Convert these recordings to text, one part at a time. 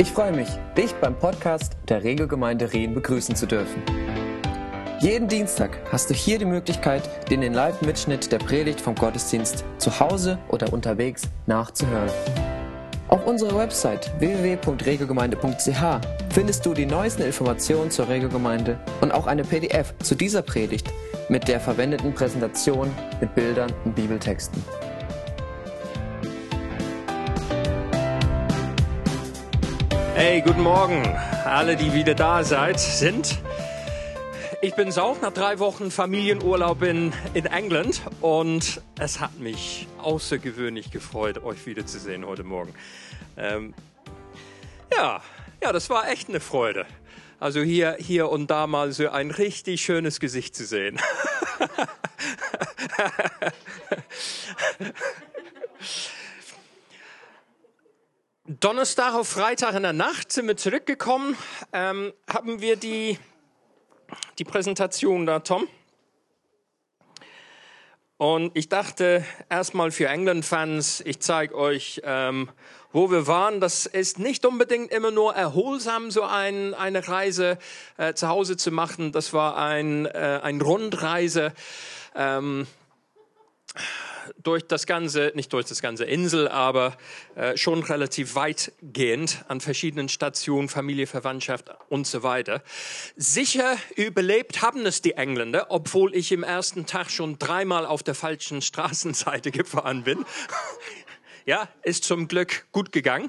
Ich freue mich, dich beim Podcast der Regelgemeinde Rien begrüßen zu dürfen. Jeden Dienstag hast du hier die Möglichkeit, den Live-Mitschnitt der Predigt vom Gottesdienst zu Hause oder unterwegs nachzuhören. Auf unserer Website www.regelgemeinde.ch findest du die neuesten Informationen zur Regelgemeinde und auch eine PDF zu dieser Predigt mit der verwendeten Präsentation mit Bildern und Bibeltexten. Hey, guten Morgen, alle, die wieder da sind. Ich bin's auch nach 3 Wochen Familienurlaub in England und es hat mich außergewöhnlich gefreut, euch wiederzusehen heute Morgen. Ja, das war echt eine Freude. Also hier und da mal so ein richtig schönes Gesicht zu sehen. Donnerstag auf Freitag in der Nacht sind wir zurückgekommen, haben wir die Präsentation da, Tom. Und ich dachte erstmal für England-Fans, ich zeige euch, wo wir waren. Das ist nicht unbedingt immer nur erholsam, so eine Reise zu Hause zu machen. Das war eine Rundreise nicht durch das ganze Insel, aber schon relativ weitgehend an verschiedenen Stationen, Familie, Verwandtschaft und so weiter. Sicher überlebt haben es die Engländer, obwohl ich im ersten Tag schon 3-mal auf der falschen Straßenseite gefahren bin. Ja, ist zum Glück gut gegangen.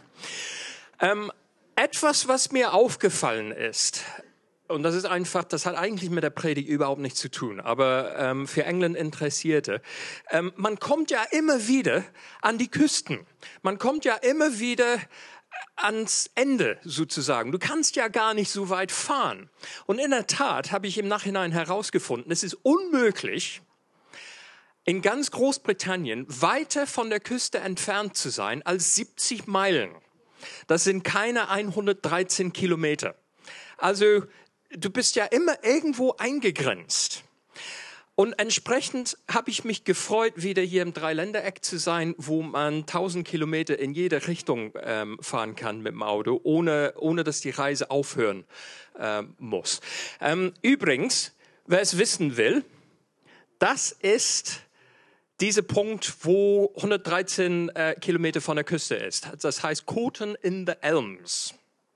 Etwas, was mir aufgefallen ist, und das hat eigentlich mit der Predigt überhaupt nichts zu tun, aber für England Interessierte, man kommt ja immer wieder an die Küsten. Man kommt ja immer wieder ans Ende sozusagen. Du kannst ja gar nicht so weit fahren. Und in der Tat habe ich im Nachhinein herausgefunden, es ist unmöglich, in ganz Großbritannien weiter von der Küste entfernt zu sein als 70 Meilen. Das sind keine 113 Kilometer. Also du bist ja immer irgendwo eingegrenzt. Und entsprechend habe ich mich gefreut, wieder hier im Dreiländereck zu sein, wo man 1000 Kilometer in jede Richtung fahren kann mit dem Auto, ohne dass die Reise aufhören muss. Übrigens, wer es wissen will, das ist dieser Punkt, wo 113 Kilometer von der Küste ist. Das heißt Coton in the Elms.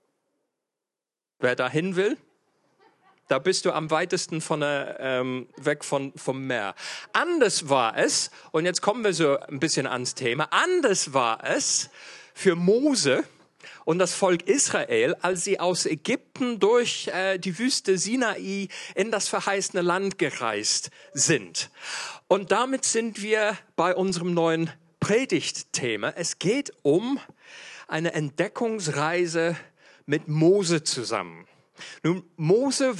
Wer dahin will? Da bist du am weitesten weg vom Meer. Anders war es, und jetzt kommen wir so ein bisschen ans Thema, anders war es für Mose und das Volk Israel, als sie aus Ägypten durch die Wüste Sinai in das verheißene Land gereist sind. Und damit sind wir bei unserem neuen Predigtthema. Es geht um eine Entdeckungsreise mit Mose zusammen. Nun, Mose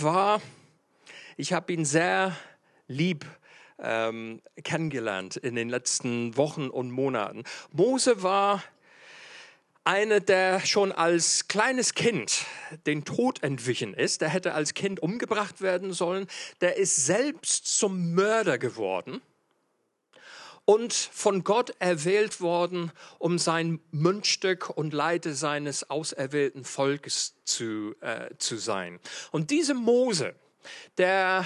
ich habe ihn sehr lieb kennengelernt in den letzten Wochen und Monaten. Mose war einer, der schon als kleines Kind den Tod entwichen ist. Der hätte als Kind umgebracht werden sollen. Der ist selbst zum Mörder geworden und von Gott erwählt worden, um sein Mundstück und Leiter seines auserwählten Volkes zu sein. Und dieser Mose, der,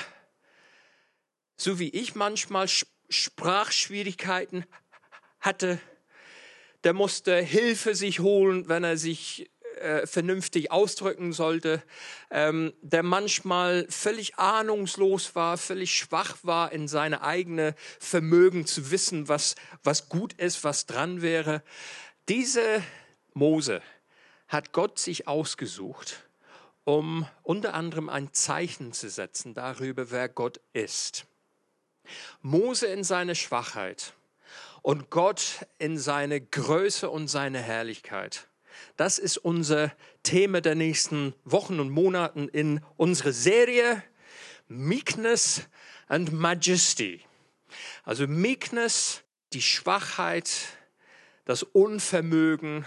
so wie ich manchmal Sprachschwierigkeiten hatte, der musste Hilfe sich holen, wenn er sich vernünftig ausdrücken sollte, der manchmal völlig ahnungslos war, völlig schwach war in seine eigene Vermögen zu wissen, was gut ist, was dran wäre. Diese Mose hat Gott sich ausgesucht, um unter anderem ein Zeichen zu setzen darüber, wer Gott ist. Mose in seiner Schwachheit und Gott in seine Größe und seine Herrlichkeit. Das ist unser Thema der nächsten Wochen und Monaten in unserer Serie Meekness and Majesty. Also Meekness, die Schwachheit, das Unvermögen,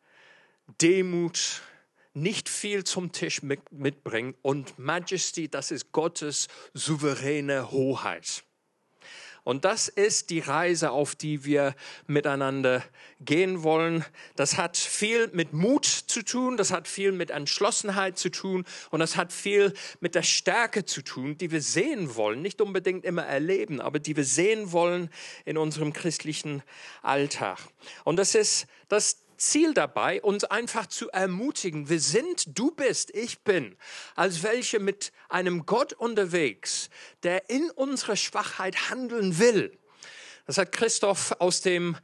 Demut, nicht viel zum Tisch mitbringen und Majesty, das ist Gottes souveräne Hoheit. Und das ist die Reise, auf die wir miteinander gehen wollen. Das hat viel mit Mut zu tun, das hat viel mit Entschlossenheit zu tun und das hat viel mit der Stärke zu tun, die wir sehen wollen, nicht unbedingt immer erleben, aber die wir sehen wollen in unserem christlichen Alltag. Und das ist das Ziel dabei, uns einfach zu ermutigen. Wir sind, du bist, ich bin, als welche mit einem Gott unterwegs, der in unserer Schwachheit handeln will. Das hat Christoph aus der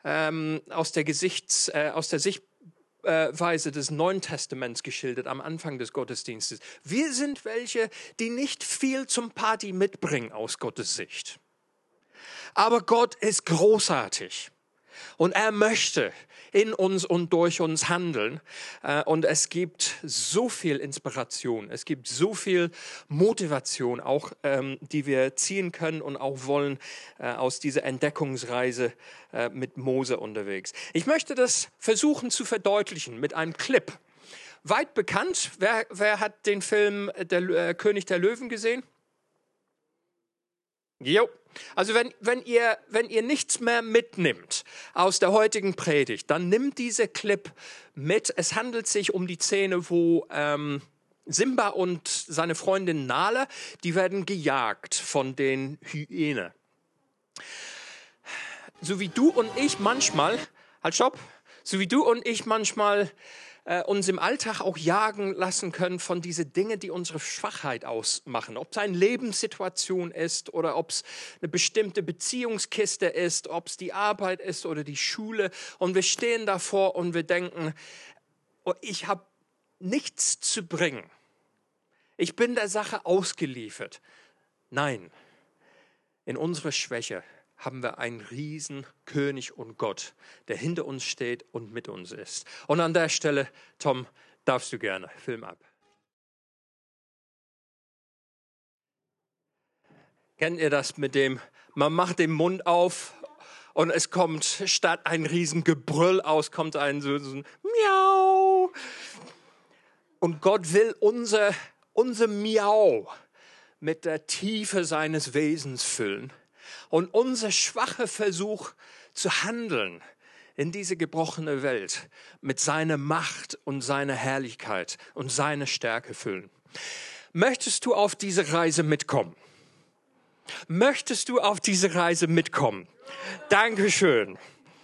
Sichtweise des Neuen Testaments geschildert am Anfang des Gottesdienstes. Wir sind welche, die nicht viel zum Party mitbringen aus Gottes Sicht. Aber Gott ist großartig. Und er möchte in uns und durch uns handeln. Und es gibt so viel Inspiration, es gibt so viel Motivation, auch die wir ziehen können und auch wollen aus dieser Entdeckungsreise mit Mose unterwegs. Ich möchte das versuchen zu verdeutlichen mit einem Clip. Weit bekannt, wer hat den Film König der Löwen gesehen? Jo. Also wenn ihr nichts mehr mitnimmt aus der heutigen Predigt, dann nimmt dieser Clip mit. Es handelt sich um die Szene, wo Simba und seine Freundin Nala, die werden gejagt von den Hyänen. So wie du und ich manchmal, uns im Alltag auch jagen lassen können von diesen Dingen, die unsere Schwachheit ausmachen. Ob es eine Lebenssituation ist oder ob es eine bestimmte Beziehungskiste ist, ob es die Arbeit ist oder die Schule. Und wir stehen davor und wir denken, oh, ich habe nichts zu bringen. Ich bin der Sache ausgeliefert. Nein, in unserer Schwäche haben wir einen riesen König und Gott, der hinter uns steht und mit uns ist. Und an der Stelle, Tom, darfst du gerne, Film ab. Kennt ihr das mit dem, man macht den Mund auf und es kommt statt ein riesen Gebrüll aus, kommt ein so ein Miau. Und Gott will unser Miau mit der Tiefe seines Wesens füllen. Und unser schwacher Versuch zu handeln in diese gebrochene Welt mit seiner Macht und seiner Herrlichkeit und seiner Stärke füllen. Möchtest du auf diese Reise mitkommen? Möchtest du auf diese Reise mitkommen? Dankeschön.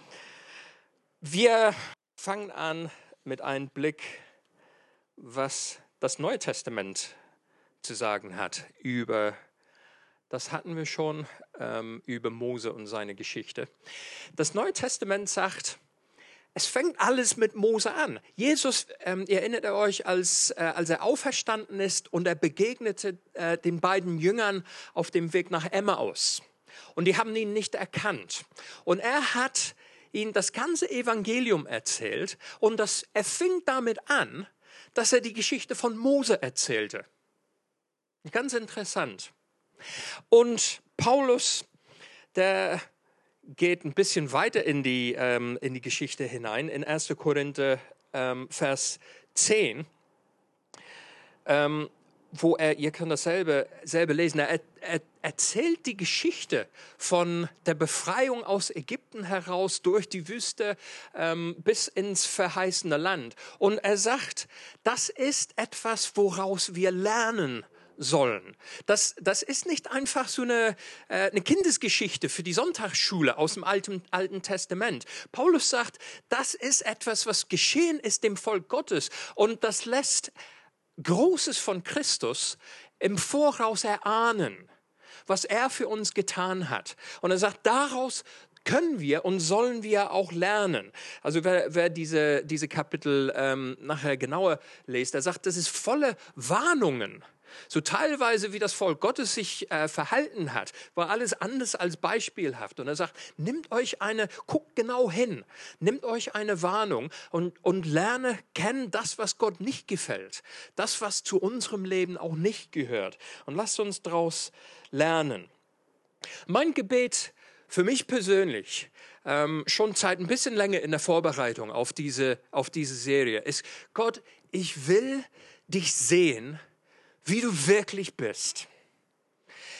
Wir fangen an mit einem Blick, was das Neue Testament zu sagen hat über Das hatten wir schon über Mose und seine Geschichte. Das Neue Testament sagt, es fängt alles mit Mose an. Jesus, erinnert ihr euch, als er auferstanden ist und er begegnete den beiden Jüngern auf dem Weg nach Emmaus. Und die haben ihn nicht erkannt. Und er hat ihnen das ganze Evangelium erzählt und er fing damit an, dass er die Geschichte von Mose erzählte. Ganz interessant. Und Paulus, der geht ein bisschen weiter in die Geschichte hinein, in 1. Korinther Vers 10, wo ihr könnt das selber lesen, er erzählt die Geschichte von der Befreiung aus Ägypten heraus durch die Wüste bis ins verheißene Land. Und er sagt, das ist etwas, woraus wir lernen sollen. Das ist nicht einfach so eine Kindesgeschichte für die Sonntagsschule aus dem Alten Testament. Paulus sagt, das ist etwas, was geschehen ist dem Volk Gottes und das lässt Großes von Christus im Voraus erahnen, was er für uns getan hat. Und er sagt, daraus können wir und sollen wir auch lernen. Also wer diese Kapitel nachher genauer liest, er sagt, das ist voller Warnungen. So teilweise, wie das Volk Gottes sich verhalten hat, war alles anders als beispielhaft. Und er sagt, guckt genau hin, nehmt euch eine Warnung und lerne kennen das, was Gott nicht gefällt. Das, was zu unserem Leben auch nicht gehört. Und lasst uns daraus lernen. Mein Gebet für mich persönlich, schon seit ein bisschen länger in der Vorbereitung auf diese Serie, ist, Gott, ich will dich sehen, wie du wirklich bist.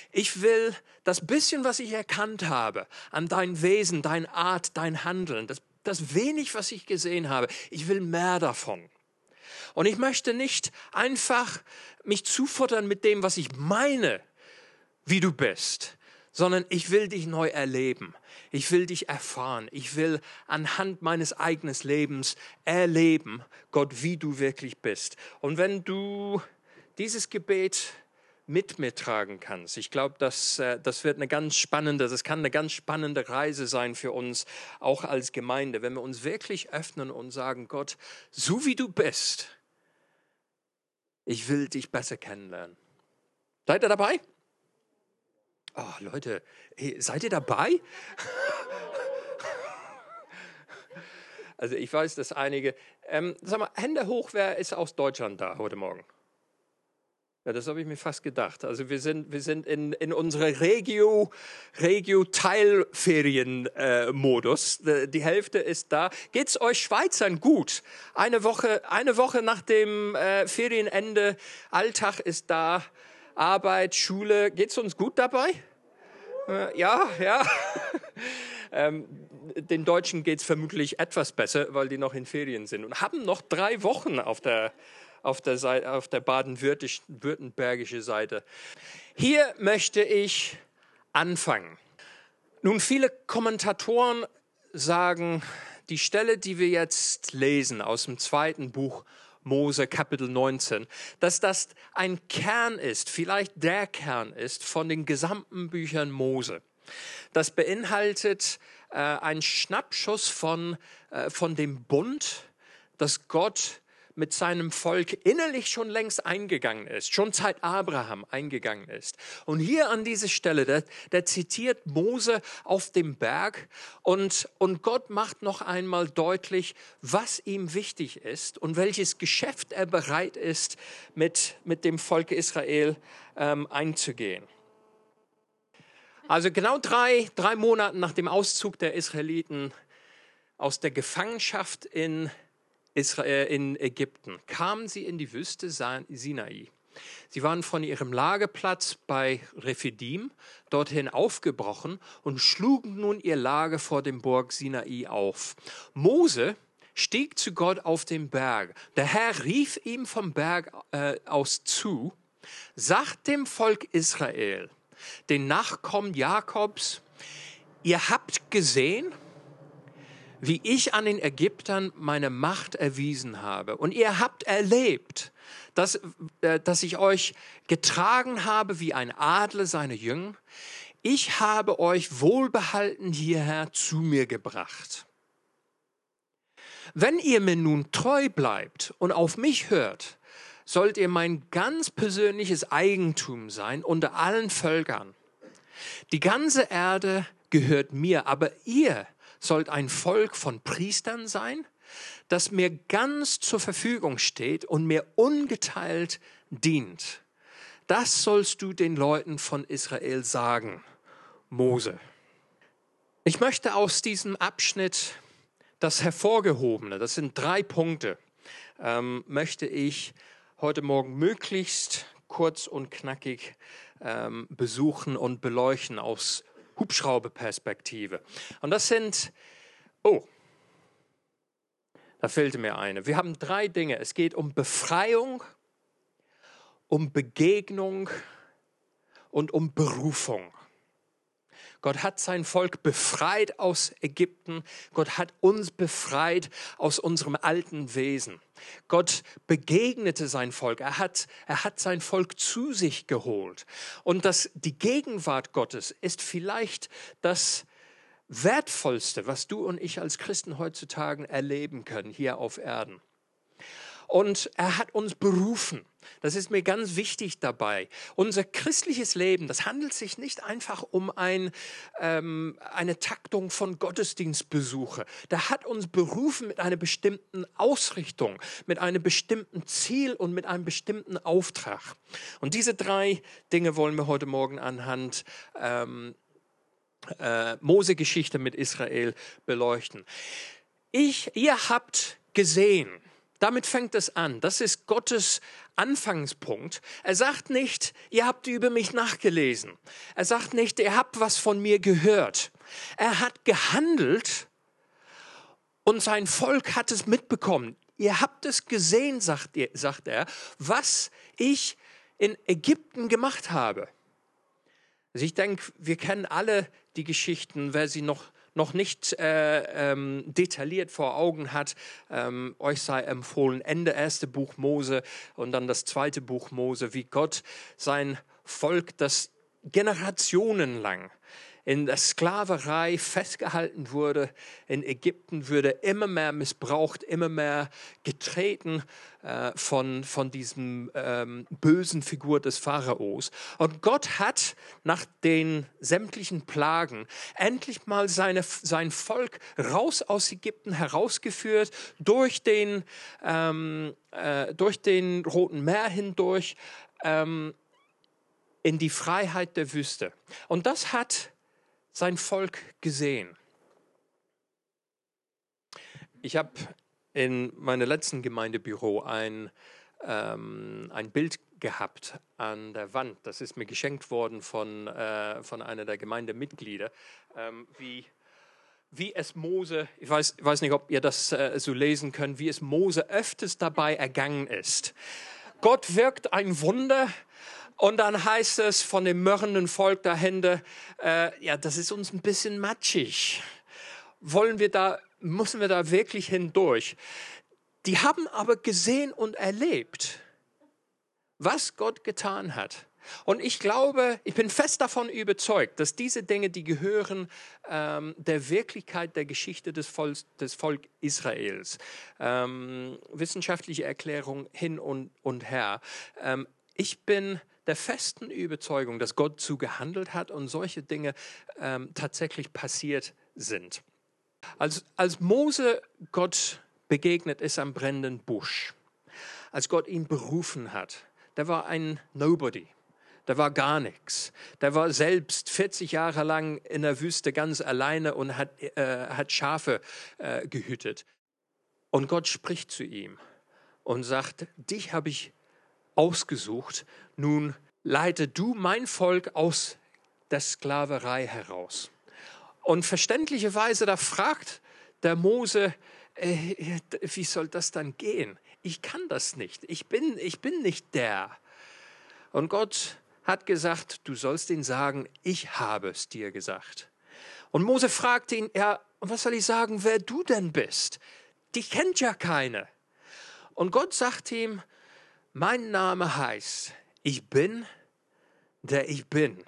Ich will das bisschen, was ich erkannt habe, an dein Wesen, deine Art, dein Handeln, das wenig, was ich gesehen habe, ich will mehr davon. Und ich möchte nicht einfach mich zufuttern mit dem, was ich meine, wie du bist, sondern ich will dich neu erleben. Ich will dich erfahren. Ich will anhand meines eigenen Lebens erleben, Gott, wie du wirklich bist. Und wenn du dieses Gebet mit mir tragen kannst, ich glaube, das wird das kann eine ganz spannende Reise sein für uns, auch als Gemeinde, wenn wir uns wirklich öffnen und sagen, Gott, so wie du bist, ich will dich besser kennenlernen. Seid ihr dabei? Oh, Leute, seid ihr dabei? Also ich weiß, dass einige, sag mal, Hände hoch, wer ist aus Deutschland da heute Morgen? Ja, das habe ich mir fast gedacht. Also wir sind in unserer Regio-Teilferien-Modus. Die Hälfte ist da. Geht's euch Schweizern gut? Eine Woche nach dem Ferienende, Alltag ist da, Arbeit, Schule. Geht's uns gut dabei? Ja. Den Deutschen geht's vermutlich etwas besser, weil die noch in Ferien sind und haben noch 3 Wochen auf der baden-württembergische Seite. Hier möchte ich anfangen. Nun, viele Kommentatoren sagen, die Stelle, die wir jetzt lesen aus dem 2. Buch Mose, Kapitel 19, dass das ein Kern ist, vielleicht der Kern ist von den gesamten Büchern Mose. Das beinhaltet einen Schnappschuss von dem Bund, das Gott mit seinem Volk innerlich schon längst eingegangen ist, schon seit Abraham eingegangen ist. Und hier an dieser Stelle, der zitiert Mose auf dem Berg und Gott macht noch einmal deutlich, was ihm wichtig ist und welches Geschäft er bereit ist, mit dem Volk Israel einzugehen. Also genau drei Monate nach dem Auszug der Israeliten aus der Gefangenschaft in Ägypten kamen sie in die Wüste Sinai. Sie waren von ihrem Lagerplatz bei Rephidim dorthin aufgebrochen und schlugen nun ihr Lager vor dem Burg Sinai auf. Mose stieg zu Gott auf den Berg. Der Herr rief ihm vom Berg aus zu, sagt dem Volk Israel, den Nachkommen Jakobs, ihr habt gesehen, wie ich an den Ägyptern meine Macht erwiesen habe. Und ihr habt erlebt, dass ich euch getragen habe wie ein Adler seine Jünger. Ich habe euch wohlbehalten hierher zu mir gebracht. Wenn ihr mir nun treu bleibt und auf mich hört, sollt ihr mein ganz persönliches Eigentum sein unter allen Völkern. Die ganze Erde gehört mir, aber ihr sollt ein Volk von Priestern sein, das mir ganz zur Verfügung steht und mir ungeteilt dient. Das sollst du den Leuten von Israel sagen, Mose. Ich möchte aus diesem Abschnitt das Hervorgehobene, das sind 3 Punkte, möchte ich heute Morgen möglichst kurz und knackig besuchen und beleuchten aus Hubschrauberperspektive. Und das sind, da fehlte mir eine. Wir haben 3 Dinge. Es geht um Befreiung, um Begegnung und um Berufung. Gott hat sein Volk befreit aus Ägypten. Gott hat uns befreit aus unserem alten Wesen. Gott begegnete sein Volk. Er hat sein Volk zu sich geholt. Und die Gegenwart Gottes ist vielleicht das Wertvollste, was du und ich als Christen heutzutage erleben können hier auf Erden. Und er hat uns berufen. Das ist mir ganz wichtig dabei. Unser christliches Leben, das handelt sich nicht einfach um eine Taktung von Gottesdienstbesuche. Der hat uns berufen mit einer bestimmten Ausrichtung, mit einem bestimmten Ziel und mit einem bestimmten Auftrag. Und diese 3 Dinge wollen wir heute Morgen anhand Mose-Geschichte mit Israel beleuchten. Ihr habt gesehen, damit fängt es an. Das ist Gottes Anfangspunkt. Er sagt nicht, ihr habt über mich nachgelesen. Er sagt nicht, ihr habt was von mir gehört. Er hat gehandelt und sein Volk hat es mitbekommen. Ihr habt es gesehen, sagt er, was ich in Ägypten gemacht habe. Also ich denke, wir kennen alle die Geschichten, wer sie noch nicht detailliert vor Augen hat. Euch sei empfohlen, Ende 1. Buch Mose und dann das 2. Buch Mose, wie Gott sein Volk, das generationenlang in der Sklaverei festgehalten wurde, in Ägypten wurde immer mehr missbraucht, immer mehr getreten von diesem bösen Figur des Pharaos. Und Gott hat nach den sämtlichen Plagen endlich mal sein Volk raus aus Ägypten herausgeführt, durch den Roten Meer hindurch, in die Freiheit der Wüste. Und das hat sein Volk gesehen. Ich habe in meinem letzten Gemeindebüro ein Bild gehabt an der Wand. Das ist mir geschenkt worden von einer der Gemeindemitglieder, wie es Mose, ich weiß nicht, ob ihr das so lesen könnt, wie es Mose öfters dabei ergangen ist. Gott wirkt ein Wunder. Und dann heißt es von dem murrenden Volk dahinter, das ist uns ein bisschen matschig. Müssen wir da wirklich hindurch? Die haben aber gesehen und erlebt, was Gott getan hat. Und ich glaube, ich bin fest davon überzeugt, dass diese Dinge, die gehören der Wirklichkeit der Geschichte des Volk Israels. Wissenschaftliche Erklärung hin und her. Ich bin der festen Überzeugung, dass Gott so gehandelt hat und solche Dinge tatsächlich passiert sind. Als Mose Gott begegnet ist am brennenden Busch, als Gott ihn berufen hat, der war ein Nobody, der war gar nichts. Der war selbst 40 Jahre lang in der Wüste ganz alleine und hat Schafe gehütet. Und Gott spricht zu ihm und sagt, dich habe ich ausgesucht, nun leite du mein Volk aus der Sklaverei heraus. Und verständlicherweise, da fragt der Mose, wie soll das dann gehen? Ich kann das nicht, ich bin nicht der. Und Gott hat gesagt, du sollst ihnen sagen, ich habe es dir gesagt. Und Mose fragt ihn, was soll ich sagen, wer du denn bist? Dich kennt ja keiner. Und Gott sagt ihm, mein Name heißt, ich bin, der ich bin.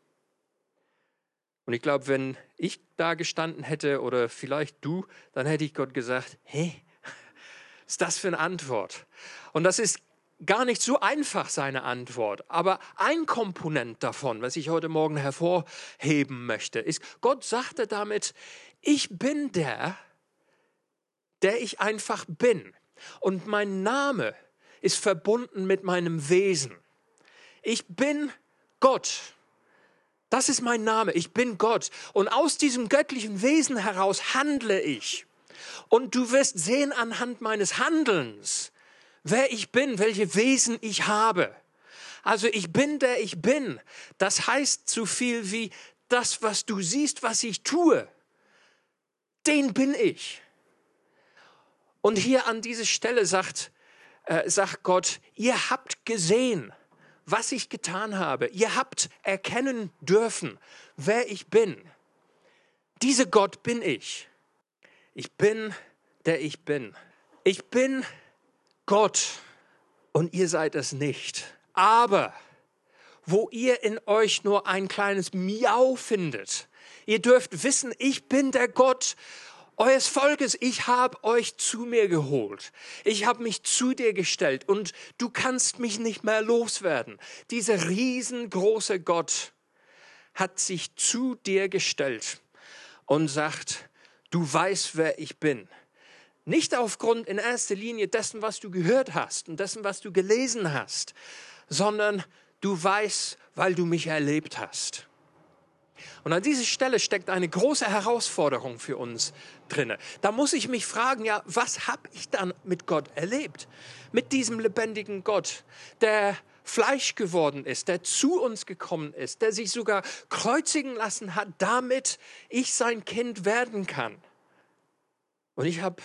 Und ich glaube, wenn ich da gestanden hätte oder vielleicht du, dann hätte ich Gott gesagt, hey, was ist das für eine Antwort? Und das ist gar nicht so einfach, seine Antwort. Aber ein Komponent davon, was ich heute Morgen hervorheben möchte, ist, Gott sagte damit, ich bin der ich einfach bin. Und mein Name ist verbunden mit meinem Wesen. Ich bin Gott. Das ist mein Name. Ich bin Gott. Und aus diesem göttlichen Wesen heraus handle ich. Und du wirst sehen anhand meines Handelns, wer ich bin, welche Wesen ich habe. Also ich bin, der ich bin. Das heißt so viel wie das, was du siehst, was ich tue. Den bin ich. Und hier an dieser Stelle sagt Gott, ihr habt gesehen, was ich getan habe. Ihr habt erkennen dürfen, wer ich bin. Dieser Gott bin ich. Ich bin, der ich bin. Ich bin Gott und ihr seid es nicht. Aber wo ihr in euch nur ein kleines Miau findet, ihr dürft wissen, ich bin der Gott eures Volkes, ich habe euch zu mir geholt. Ich habe mich zu dir gestellt und du kannst mich nicht mehr loswerden. Dieser riesengroße Gott hat sich zu dir gestellt und sagt, du weißt, wer ich bin. Nicht aufgrund in erster Linie dessen, was du gehört hast und dessen, was du gelesen hast, sondern du weißt, weil du mich erlebt hast. Und an dieser Stelle steckt eine große Herausforderung für uns drin. Da muss ich mich fragen, ja, was habe ich dann mit Gott erlebt? Mit diesem lebendigen Gott, der Fleisch geworden ist, der zu uns gekommen ist, der sich sogar kreuzigen lassen hat, damit ich sein Kind werden kann. Und ich habe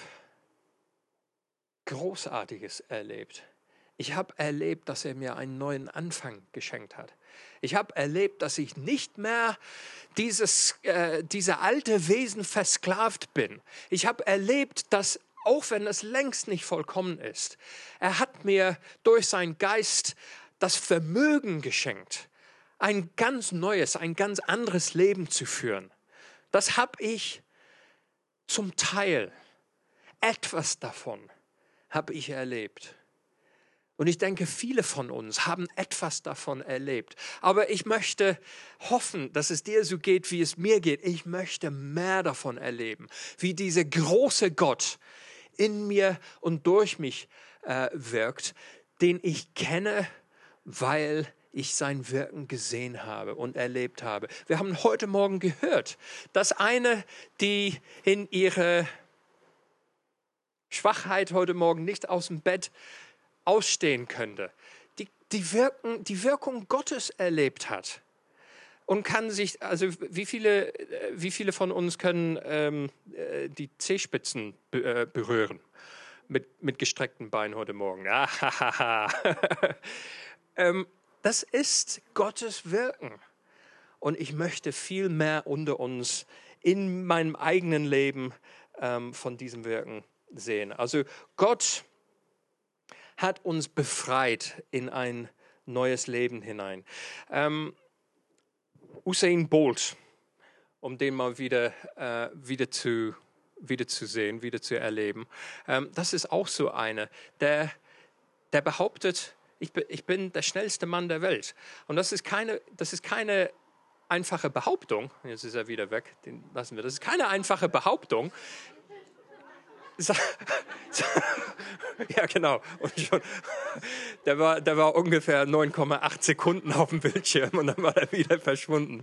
Großartiges erlebt. Ich habe erlebt, dass er mir einen neuen Anfang geschenkt hat. Ich habe erlebt, dass ich nicht mehr diese alte Wesen versklavt bin. Ich habe erlebt, dass, auch wenn es längst nicht vollkommen ist, er hat mir durch seinen Geist das Vermögen geschenkt, ein ganz neues, ein ganz anderes Leben zu führen. Das habe ich zum Teil, etwas davon habe ich erlebt. Und ich denke, viele von uns haben etwas davon erlebt. Aber ich möchte hoffen, dass es dir so geht, wie es mir geht. Ich möchte mehr davon erleben, wie dieser große Gott in mir und durch mich wirkt, den ich kenne, weil ich sein Wirken gesehen habe und erlebt habe. Wir haben heute Morgen gehört, dass eine, die in ihrer Schwachheit heute Morgen nicht aus dem Bett ausstehen könnte, die Wirkung Gottes erlebt hat und kann sich, also wie viele von uns können die Zehenspitzen berühren mit gestreckten Beinen heute Morgen? Das ist Gottes Wirken und ich möchte viel mehr unter uns in meinem eigenen Leben von diesem Wirken sehen. Also Gott hat uns befreit in ein neues Leben hinein. Usain Bolt, um den mal wieder zu sehen, wieder zu erleben, das ist auch so einer, der behauptet, ich bin der schnellste Mann der Welt. Und das ist keine einfache Behauptung. Jetzt ist er wieder weg, den lassen wir. Das ist keine einfache Behauptung. Ja, genau. Und schon, der war ungefähr 9,8 Sekunden auf dem Bildschirm und dann war er wieder verschwunden.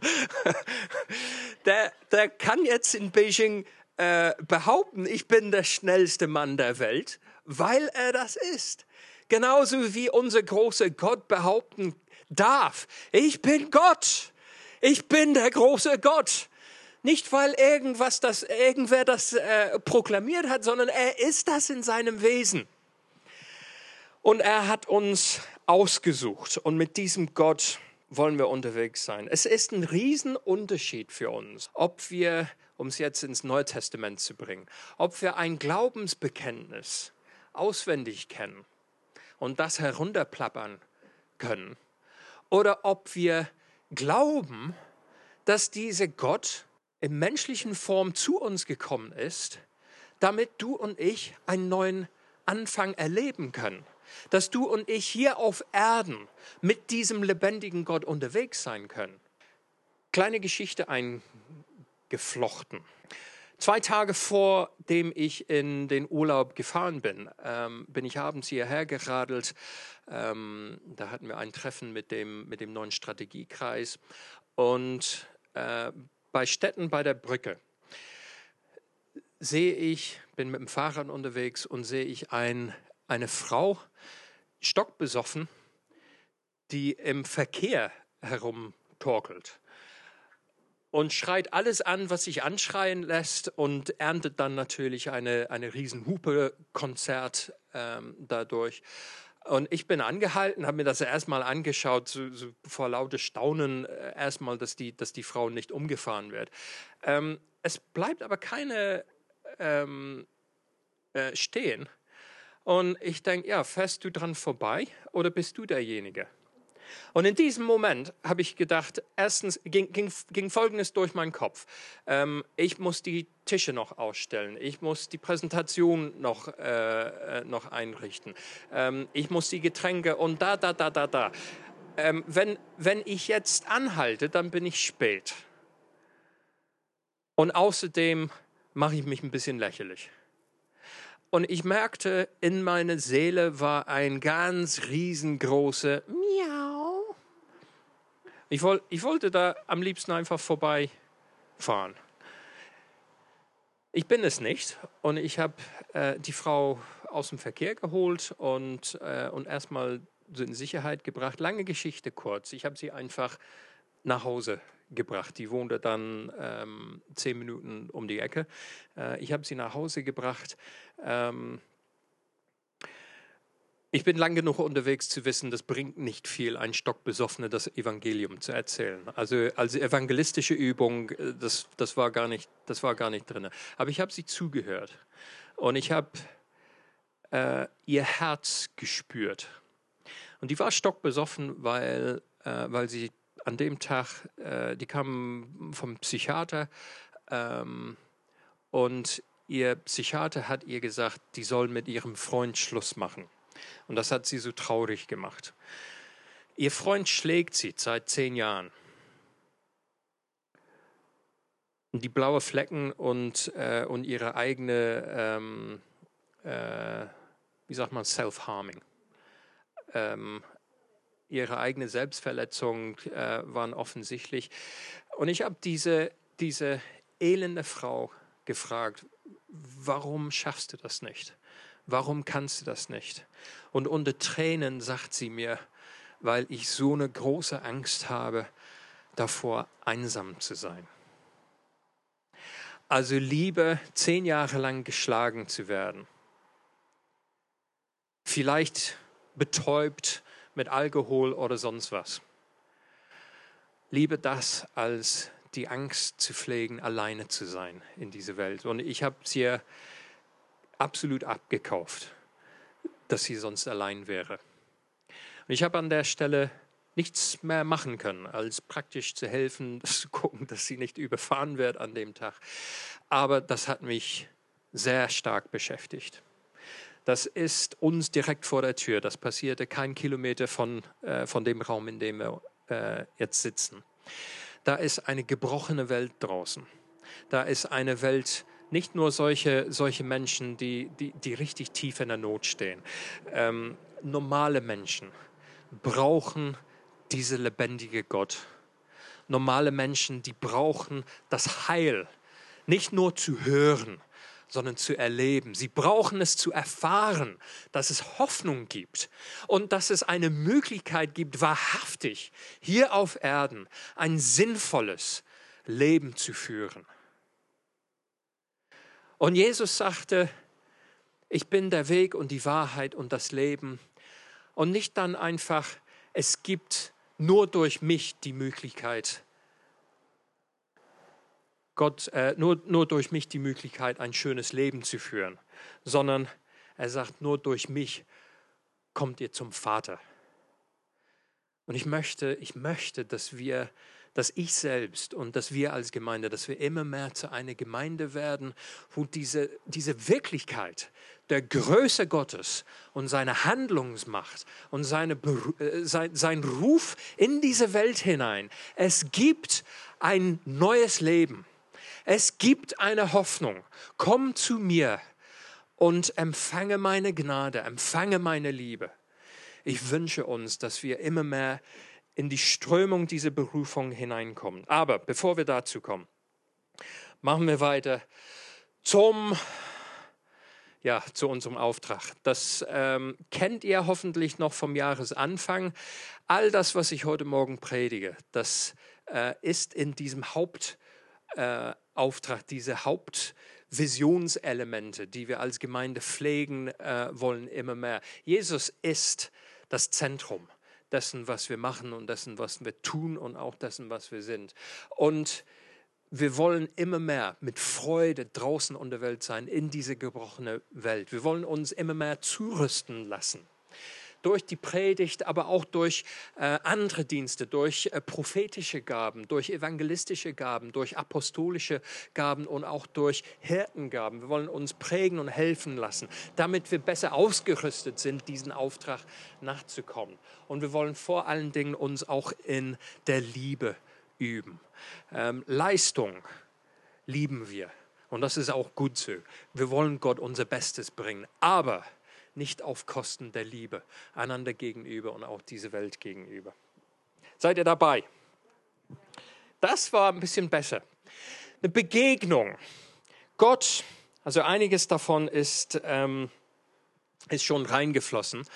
Der kann jetzt in Beijing behaupten, ich bin der schnellste Mann der Welt, weil er das ist. Genauso wie unser großer Gott behaupten darf, ich bin Gott, ich bin der große Gott. Nicht, weil irgendwer das proklamiert hat, sondern er ist das in seinem Wesen. Und er hat uns ausgesucht und mit diesem Gott wollen wir unterwegs sein. Es ist ein Riesenunterschied für uns, ob wir, um es jetzt ins Neue Testament zu bringen, ob wir ein Glaubensbekenntnis auswendig kennen und das herunterplappern können oder ob wir glauben, dass dieser Gott in menschlichen Form zu uns gekommen ist, damit du und ich einen neuen Anfang erleben können. Dass du und ich hier auf Erden mit diesem lebendigen Gott unterwegs sein können. Kleine Geschichte eingeflochten. 2 Tage vor dem ich in den Urlaub gefahren bin, bin ich abends hierher geradelt. Da hatten wir ein Treffen mit dem neuen Strategiekreis. Und bei Stetten bei der Brücke bin mit dem Fahrrad unterwegs und sehe ich eine Frau, stockbesoffen, die im Verkehr herumtorkelt und schreit alles an, was sich anschreien lässt und erntet dann natürlich eine riesen Hupe-Konzert dadurch. Und ich bin angehalten, habe mir das erstmal angeschaut, so vor lauter Staunen erstmal, dass die Frau nicht umgefahren wird. Es bleibt aber keine stehen. Und ich denke, ja, fährst du dran vorbei oder bist du derjenige? Und in diesem Moment habe ich gedacht, erstens ging Folgendes durch meinen Kopf. Ich muss die Tische noch ausstellen, ich muss die Präsentation noch einrichten, ich muss die Getränke und da. Wenn ich jetzt anhalte, dann bin ich spät. Und außerdem mache ich mich ein bisschen lächerlich. Und ich merkte, in meiner Seele war ein ganz riesengroßer Miau. Ich wollte da am liebsten einfach vorbeifahren. Ich bin es nicht und ich habe die Frau aus dem Verkehr geholt und erstmal so in Sicherheit gebracht. Lange Geschichte kurz. Ich habe sie einfach nach Hause gebracht. Die wohnte dann 10 Minuten um die Ecke. Ich habe sie nach Hause gebracht. Ich bin lang genug unterwegs zu wissen, das bringt nicht viel, ein Stockbesoffener das Evangelium zu erzählen. Also als evangelistische Übung, das war gar nicht drin. Aber ich habe sie zugehört und ich habe ihr Herz gespürt. Und die war stockbesoffen, weil sie an dem Tag, die kam vom Psychiater und ihr Psychiater hat ihr gesagt, die soll mit ihrem Freund Schluss machen. Und das hat sie so traurig gemacht. Ihr Freund schlägt sie seit 10 Jahren. Und die blauen Flecken und ihre eigene, wie sagt man, Self-Harming. Ihre eigene Selbstverletzung waren offensichtlich. Und ich habe diese elende Frau gefragt, warum schaffst du das nicht? Warum kannst du das nicht? Und unter Tränen sagt sie mir, weil ich so eine große Angst habe, davor einsam zu sein. Also lieber 10 Jahre lang geschlagen zu werden, vielleicht betäubt mit Alkohol oder sonst was. Lieber das, als die Angst zu pflegen, alleine zu sein in dieser Welt. Und ich habe es ihr absolut abgekauft, dass sie sonst allein wäre. Und ich habe an der Stelle nichts mehr machen können, als praktisch zu helfen, zu gucken, dass sie nicht überfahren wird an dem Tag. Aber das hat mich sehr stark beschäftigt. Das ist uns direkt vor der Tür. Das passierte kein Kilometer von dem Raum, in dem wir jetzt sitzen. Da ist eine gebrochene Welt draußen. Da ist eine Welt, nicht nur solche Menschen, die richtig tief in der Not stehen. Normale Menschen brauchen diese lebendige Gott. Normale Menschen, die brauchen das Heil, nicht nur zu hören, sondern zu erleben. Sie brauchen es zu erfahren, dass es Hoffnung gibt und dass es eine Möglichkeit gibt, wahrhaftig hier auf Erden ein sinnvolles Leben zu führen. Und Jesus sagte, ich bin der Weg und die Wahrheit und das Leben. Und nicht dann einfach, es gibt nur durch mich die Möglichkeit, nur durch mich die Möglichkeit, ein schönes Leben zu führen, sondern er sagt, nur durch mich kommt ihr zum Vater. Und ich möchte, dass ich selbst und dass wir als Gemeinde, dass wir immer mehr zu einer Gemeinde werden, wo diese Wirklichkeit der Größe Gottes und seine Handlungsmacht und sein Ruf in diese Welt hinein, es gibt ein neues Leben. Es gibt eine Hoffnung. Komm zu mir und empfange meine Gnade, empfange meine Liebe. Ich wünsche uns, dass wir immer mehr in die Strömung dieser Berufung hineinkommen. Aber bevor wir dazu kommen, machen wir weiter zu unserem Auftrag. Das kennt ihr hoffentlich noch vom Jahresanfang. All das, was ich heute Morgen predige, das ist in diesem Hauptauftrag, diese Hauptvisionselemente, die wir als Gemeinde pflegen wollen, immer mehr. Jesus ist das Zentrum dessen, was wir machen und dessen, was wir tun und auch dessen, was wir sind. Und wir wollen immer mehr mit Freude draußen in der Welt sein, in diese gebrochene Welt. Wir wollen uns immer mehr zurüsten lassen. Durch die Predigt, aber auch durch andere Dienste, durch prophetische Gaben, durch evangelistische Gaben, durch apostolische Gaben und auch durch Hirtengaben. Wir wollen uns prägen und helfen lassen, damit wir besser ausgerüstet sind, diesen Auftrag nachzukommen. Und wir wollen vor allen Dingen uns auch in der Liebe üben. Leistung lieben wir und das ist auch gut so. Wir wollen Gott unser Bestes bringen, aber nicht auf Kosten der Liebe, einander gegenüber und auch dieser Welt gegenüber. Seid ihr dabei? Das war ein bisschen besser. Eine Begegnung. Gott, also einiges davon ist schon reingeflossen.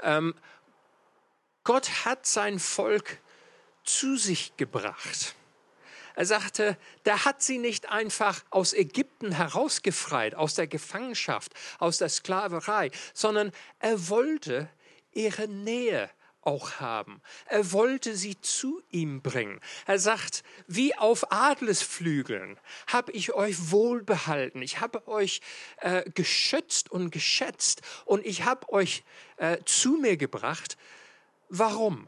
Gott hat sein Volk zu sich gebracht. Er sagte, der hat sie nicht einfach aus Ägypten herausgefreit, aus der Gefangenschaft, aus der Sklaverei, sondern er wollte ihre Nähe auch haben. Er wollte sie zu ihm bringen. Er sagt, wie auf Adlersflügeln habe ich euch wohlbehalten. Ich habe euch geschützt und geschätzt und ich habe euch zu mir gebracht. Warum?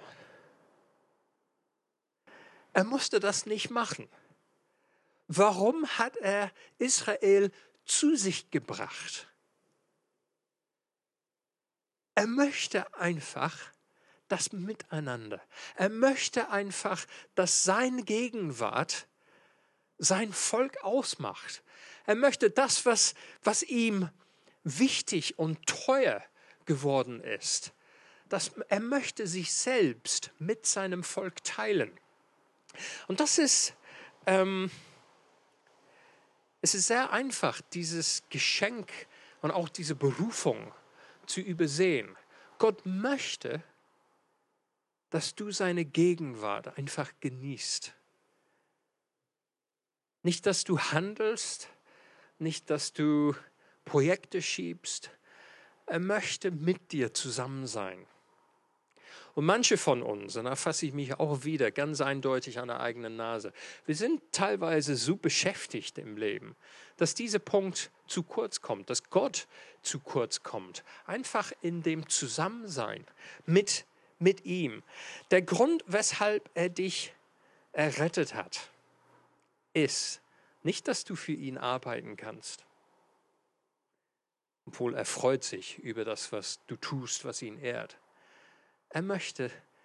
Er musste das nicht machen. Warum hat er Israel zu sich gebracht? Er möchte einfach das Miteinander. Er möchte einfach, dass seine Gegenwart sein Volk ausmacht. Er möchte das, was ihm wichtig und teuer geworden ist. Er möchte sich selbst mit seinem Volk teilen. Und das ist, es ist sehr einfach, dieses Geschenk und auch diese Berufung zu übersehen. Gott möchte, dass du seine Gegenwart einfach genießt. Nicht, dass du handelst, nicht, dass du Projekte schiebst. Er möchte mit dir zusammen sein. Und manche von uns, und da fasse ich mich auch wieder ganz eindeutig an der eigenen Nase, wir sind teilweise so beschäftigt im Leben, dass dieser Punkt zu kurz kommt, dass Gott zu kurz kommt. Einfach in dem Zusammensein mit ihm. Der Grund, weshalb er dich errettet hat, ist nicht, dass du für ihn arbeiten kannst. Obwohl er freut sich über das, was du tust, was ihn ehrt. Er möchte,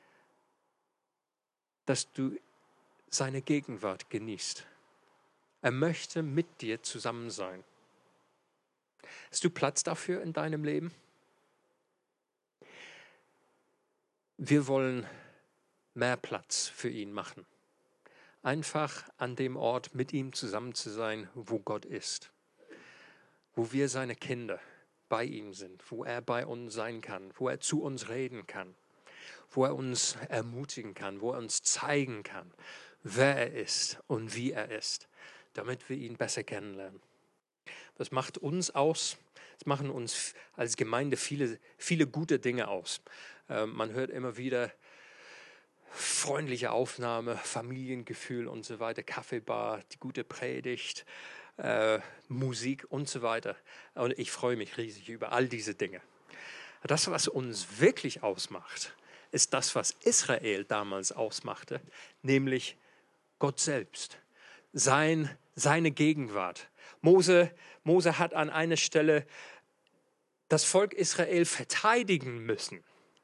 dass du seine Gegenwart genießt. Er möchte mit dir zusammen sein. Hast du Platz dafür in deinem Leben? Wir wollen mehr Platz für ihn machen. Einfach an dem Ort mit ihm zusammen zu sein, wo Gott ist. Wo wir seine Kinder bei ihm sind, wo er bei uns sein kann, wo er zu uns reden kann, wo er uns ermutigen kann, wo er uns zeigen kann, wer er ist und wie er ist, damit wir ihn besser kennenlernen. Das macht uns aus, das machen uns als Gemeinde viele gute Dinge aus. Man hört immer wieder freundliche Aufnahme, Familiengefühl und so weiter, Kaffeebar, die gute Predigt, Musik und so weiter. Und ich freue mich riesig über all diese Dinge. Das, was uns wirklich ausmacht, ist das, was Israel damals ausmachte, nämlich Gott selbst, seine Gegenwart. Mose hat an einer Stelle das Volk Israel verteidigen müssen,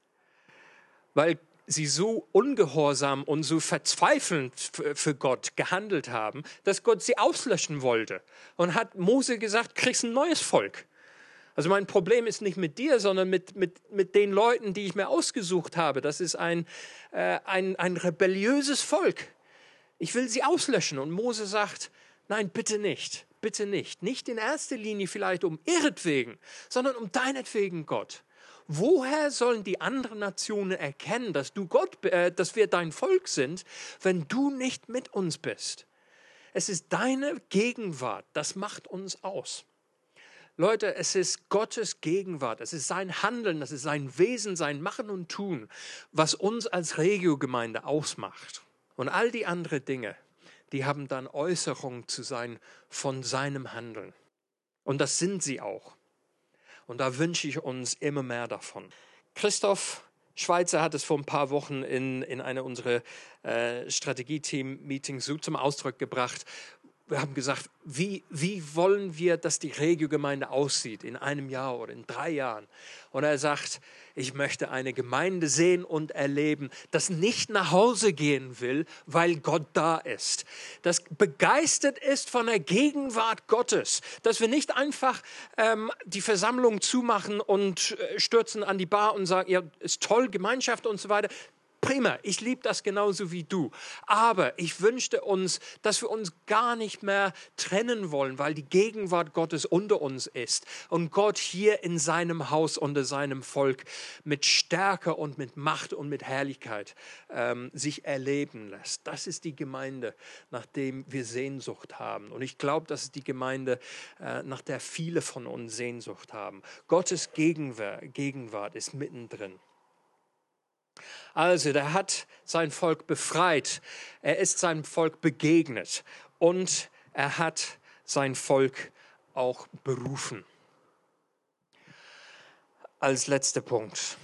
weil sie so ungehorsam und so verzweifelnd für Gott gehandelt haben, dass Gott sie auslöschen wollte. Und hat Mose gesagt, kriegst ein neues Volk. Also mein Problem ist nicht mit dir, sondern mit den Leuten, die ich mir ausgesucht habe. Das ist ein rebelliöses Volk. Ich will sie auslöschen. Und Mose sagt, nein, bitte nicht, bitte nicht. Nicht in erster Linie vielleicht um ihretwegen, sondern um deinetwegen, Gott. Woher sollen die anderen Nationen erkennen, dass dass wir dein Volk sind, wenn du nicht mit uns bist? Es ist deine Gegenwart, das macht uns aus. Leute, es ist Gottes Gegenwart, es ist sein Handeln, es ist sein Wesen, sein Machen und Tun, was uns als Regio-Gemeinde ausmacht. Und all die anderen Dinge, die haben dann Äußerung zu sein von seinem Handeln. Und das sind sie auch. Und da wünsche ich uns immer mehr davon. Christoph Schweizer hat es vor ein paar Wochen in einer unserer Strategie-Team-Meetings so zum Ausdruck gebracht. Wir haben gesagt, wie wollen wir, dass die Regio-Gemeinde aussieht in einem Jahr oder in 3 Jahren? Und er sagt, ich möchte eine Gemeinde sehen und erleben, das nicht nach Hause gehen will, weil Gott da ist. Das begeistert ist von der Gegenwart Gottes. Dass wir nicht einfach die Versammlung zumachen und stürzen an die Bar und sagen, ja, ist toll, Gemeinschaft und so weiter. prima, ich liebe das genauso wie du. Aber ich wünschte uns, dass wir uns gar nicht mehr trennen wollen, weil die Gegenwart Gottes unter uns ist und Gott hier in seinem Haus unter seinem Volk mit Stärke und mit Macht und mit Herrlichkeit sich erleben lässt. Das ist die Gemeinde, nach der wir Sehnsucht haben. Und ich glaube, das ist die Gemeinde, nach der viele von uns Sehnsucht haben. Gottes Gegenwart ist mittendrin. Also, der hat sein Volk befreit, er ist seinem Volk begegnet und er hat sein Volk auch berufen. Als letzter Punkt.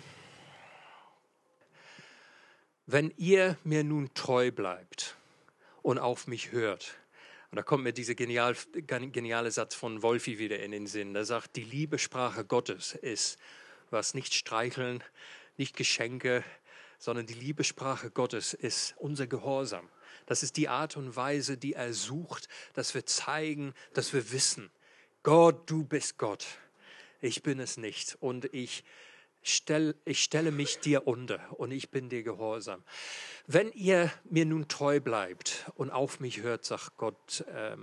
Wenn ihr mir nun treu bleibt und auf mich hört, und da kommt mir dieser geniale Satz von Wolfi wieder in den Sinn, der sagt, die Liebessprache Gottes ist, was nicht streicheln, nicht Geschenke, sondern die Liebessprache Gottes ist unser Gehorsam. Das ist die Art und Weise, die er sucht, dass wir zeigen, dass wir wissen, Gott, du bist Gott, ich bin es nicht und ich stelle mich dir unter und ich bin dir gehorsam. Wenn ihr mir nun treu bleibt und auf mich hört, sagt Gott,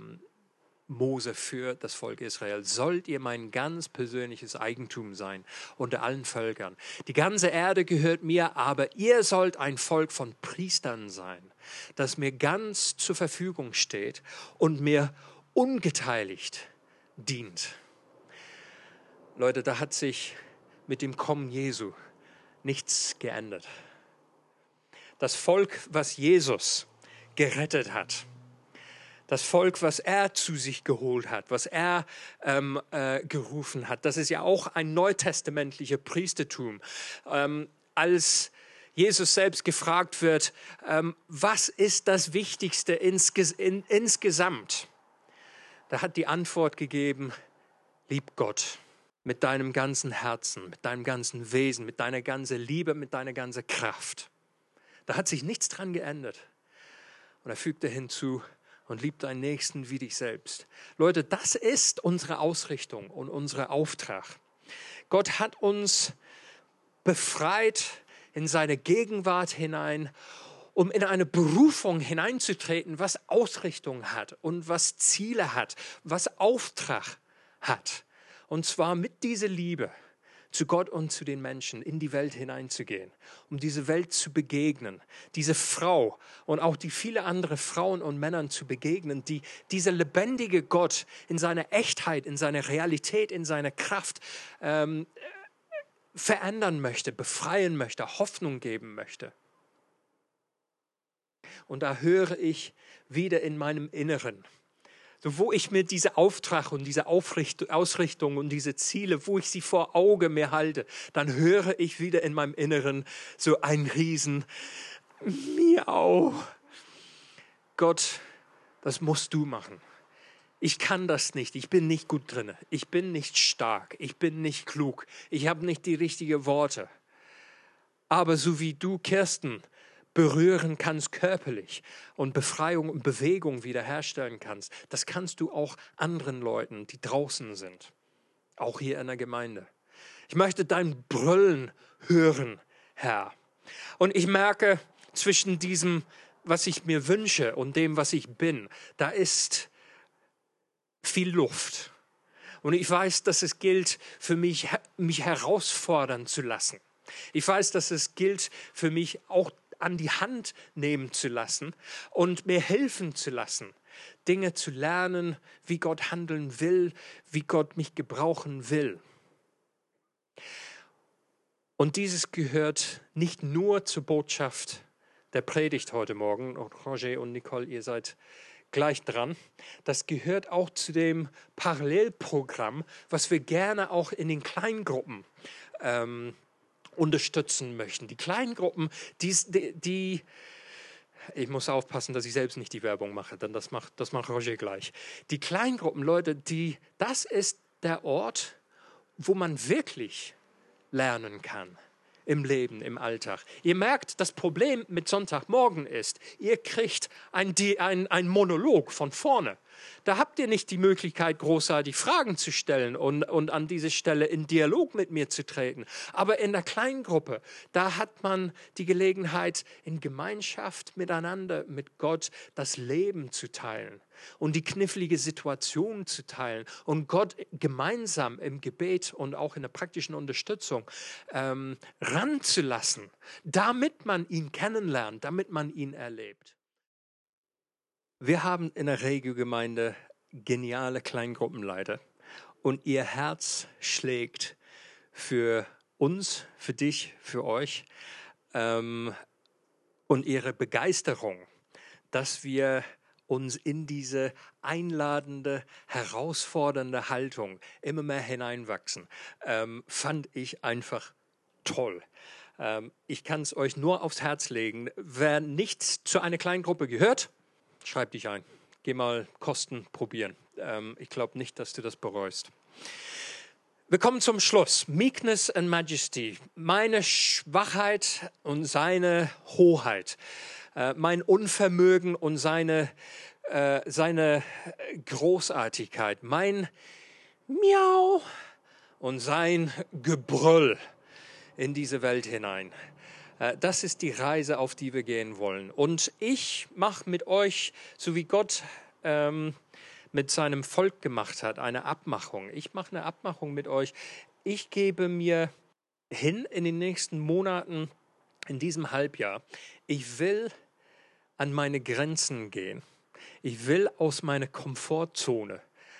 Mose für das Volk Israel, sollt ihr mein ganz persönliches Eigentum sein unter allen Völkern. Die ganze Erde gehört mir, aber ihr sollt ein Volk von Priestern sein, das mir ganz zur Verfügung steht und mir ungeteiligt dient. Leute, da hat sich mit dem Kommen Jesu nichts geändert. Das Volk, was Jesus gerettet hat, das Volk, was er zu sich geholt hat, was er gerufen hat, das ist ja auch ein neutestamentlicher Priestertum. Als Jesus selbst gefragt wird, was ist das Wichtigste insgesamt? Da hat die Antwort gegeben, lieb Gott mit deinem ganzen Herzen, mit deinem ganzen Wesen, mit deiner ganzen Liebe, mit deiner ganzen Kraft. Da hat sich nichts dran geändert. Und er fügte hinzu, und lieb deinen Nächsten wie dich selbst. Leute, das ist unsere Ausrichtung und unser Auftrag. Gott hat uns befreit in seine Gegenwart hinein, um in eine Berufung hineinzutreten, was Ausrichtung hat und was Ziele hat, was Auftrag hat. Und zwar mit dieser Liebe zu Gott und zu den Menschen in die Welt hineinzugehen, um diese Welt zu begegnen, diese Frau und auch die viele andere Frauen und Männern zu begegnen, die dieser lebendige Gott in seiner Echtheit, in seiner Realität, in seiner Kraft verändern möchte, befreien möchte, Hoffnung geben möchte. Und da höre ich wieder in meinem Inneren, so, wo ich mir diese Auftrag und diese Ausrichtung und diese Ziele, wo ich sie vor Auge mir halte, dann höre ich wieder in meinem Inneren so ein Riesen Miau. Gott, das musst du machen. Ich kann das nicht, ich bin nicht gut drin, ich bin nicht stark, ich bin nicht klug, ich habe nicht die richtigen Worte. Aber so wie du, Kirsten, berühren kannst körperlich und Befreiung und Bewegung wiederherstellen kannst, das kannst du auch anderen Leuten, die draußen sind, auch hier in der Gemeinde. Ich möchte dein Brüllen hören, Herr. Und ich merke, zwischen diesem, was ich mir wünsche und dem, was ich bin, da ist viel Luft. Und ich weiß, dass es gilt für mich herausfordern zu lassen. Ich weiß, dass es gilt für mich auch an die Hand nehmen zu lassen und mir helfen zu lassen, Dinge zu lernen, wie Gott handeln will, wie Gott mich gebrauchen will. Und dieses gehört nicht nur zur Botschaft der Predigt heute Morgen. Und Roger und Nicole, ihr seid gleich dran. Das gehört auch zu dem Parallelprogramm, was wir gerne auch in den Kleingruppen unterstützen möchten. Die Kleingruppen, die ich muss aufpassen, dass ich selbst nicht die Werbung mache, denn das macht Roger gleich. Die Kleingruppen, Leute, das ist der Ort, wo man wirklich lernen kann im Leben, im Alltag. Ihr merkt, das Problem mit Sonntagmorgen ist, ihr kriegt ein Monolog von vorne Da habt ihr nicht die Möglichkeit, großartig Fragen zu stellen und an diese Stelle in Dialog mit mir zu treten. Aber in der Kleingruppe, da hat man die Gelegenheit, in Gemeinschaft miteinander, mit Gott, das Leben zu teilen und die knifflige Situation zu teilen und Gott gemeinsam im Gebet und auch in der praktischen Unterstützung ranzulassen, damit man ihn kennenlernt, damit man ihn erlebt. Wir haben in der Regio-Gemeinde geniale Kleingruppenleiter und ihr Herz schlägt für uns, für dich, für euch und ihre Begeisterung, dass wir uns in diese einladende, herausfordernde Haltung immer mehr hineinwachsen, fand ich einfach toll. Ich kann es euch nur aufs Herz legen. Wer nicht zu einer Kleingruppe gehört, schreib dich ein. Geh mal Kosten probieren. Ich glaube nicht, dass du das bereust. Wir kommen zum Schluss. Meekness and Majesty. Meine Schwachheit und seine Hoheit. Mein Unvermögen und seine Großartigkeit. Mein Miau und sein Gebrüll in diese Welt hinein. Das ist die Reise, auf die wir gehen wollen. Und ich mache mit euch, so wie Gott mit seinem Volk gemacht hat, eine Abmachung. Ich mache eine Abmachung mit euch. Ich gebe mir hin in den nächsten Monaten, in diesem Halbjahr, ich will an meine Grenzen gehen. Ich will aus meiner Komfortzone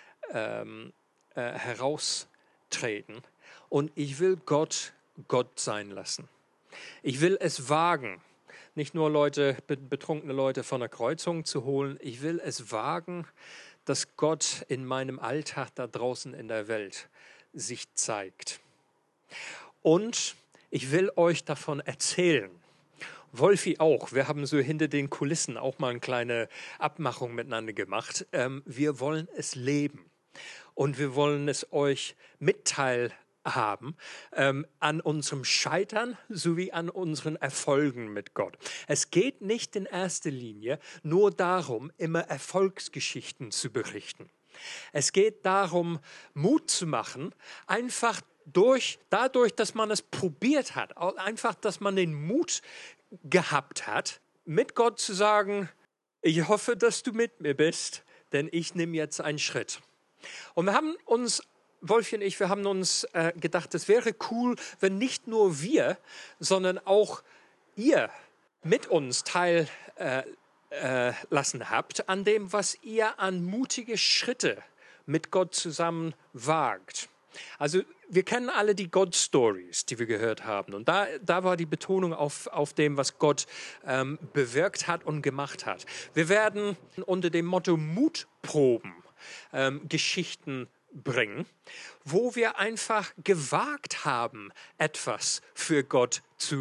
heraustreten. Und ich will Gott sein lassen. Ich will es wagen, nicht nur betrunkene Leute von der Kreuzung zu holen. Ich will es wagen, dass Gott in meinem Alltag da draußen in der Welt sich zeigt. Und ich will euch davon erzählen. Wolfi auch. Wir haben so hinter den Kulissen auch mal eine kleine Abmachung miteinander gemacht. Wir wollen es leben. Und wir wollen es euch mitteilen haben, an unserem Scheitern sowie an unseren Erfolgen mit Gott. Es geht nicht in erster Linie nur darum, immer Erfolgsgeschichten zu berichten. Es geht darum, Mut zu machen, einfach dadurch, dass man es probiert hat, einfach, dass man den Mut gehabt hat, mit Gott zu sagen, ich hoffe, dass du mit mir bist, denn ich nehme jetzt einen Schritt. Und wir haben uns Wolfi und ich, wir haben uns gedacht, es wäre cool, wenn nicht nur wir, sondern auch ihr mit uns teil lassen habt an dem, was ihr an mutige Schritte mit Gott zusammen wagt. Also wir kennen alle die God-Stories, die wir gehört haben. Und da war die Betonung auf dem, was Gott bewirkt hat und gemacht hat. Wir werden unter dem Motto Mutproben Geschichten bringen, wo wir einfach gewagt haben, etwas für Gott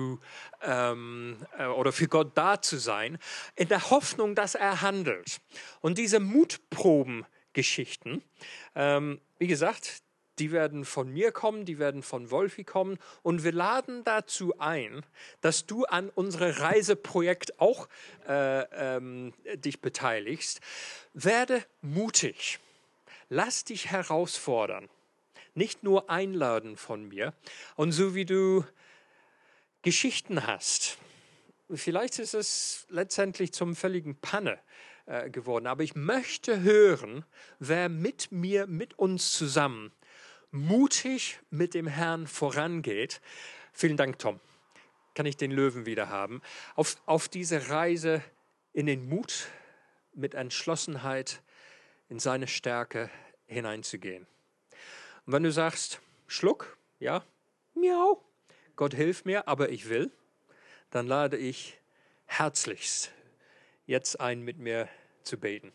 oder für Gott da zu sein, in der Hoffnung, dass er handelt. Und diese Mutproben-Geschichten, wie gesagt, die werden von mir kommen, die werden von Wolfi kommen und wir laden dazu ein, dass du an unserem Reiseprojekt auch dich beteiligst. Werde mutig. Lass dich herausfordern, nicht nur einladen von mir. Und so wie du Geschichten hast, vielleicht ist es letztendlich zum völligen Panne geworden, aber ich möchte hören, wer mit mir, mit uns zusammen mutig mit dem Herrn vorangeht. Vielen Dank, Tom. Kann ich den Löwen wieder haben? Auf diese Reise in den Mut, mit Entschlossenheit, in seine Stärke hineinzugehen. Und wenn du sagst, Schluck, ja, miau, Gott hilf mir, aber ich will, dann lade ich herzlichst jetzt ein, mit mir zu beten.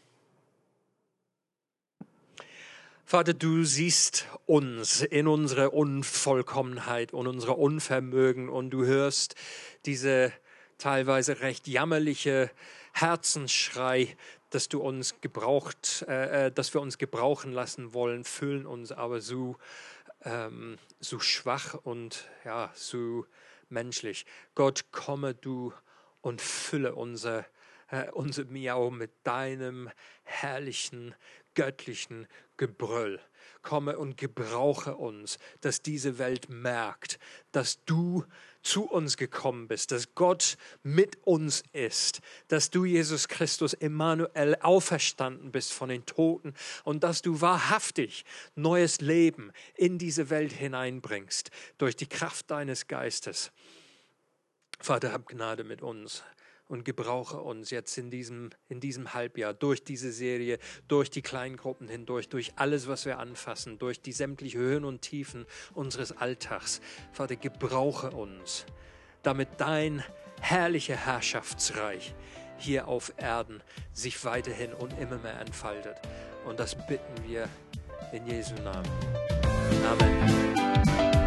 Vater, du siehst uns in unserer Unvollkommenheit und unserer Unvermögen und du hörst diese teilweise recht jammerliche Herzensschrei, dass wir uns gebrauchen lassen wollen, fühlen uns aber so schwach und so menschlich. Gott, komme du und fülle unser unser Miau mit deinem herrlichen, göttlichen Gebrüll. Komme und gebrauche uns, dass diese Welt merkt, dass du zu uns gekommen bist, dass Gott mit uns ist, dass du, Jesus Christus, Emmanuel, auferstanden bist von den Toten und dass du wahrhaftig neues Leben in diese Welt hineinbringst durch die Kraft deines Geistes. Vater, hab Gnade mit uns und gebrauche uns jetzt in diesem Halbjahr, durch diese Serie, durch die Kleingruppen hindurch, durch alles, was wir anfassen, durch die sämtlichen Höhen und Tiefen unseres Alltags. Vater, gebrauche uns, damit dein herrlicher Herrschaftsreich hier auf Erden sich weiterhin und immer mehr entfaltet. Und das bitten wir in Jesu Namen. Amen.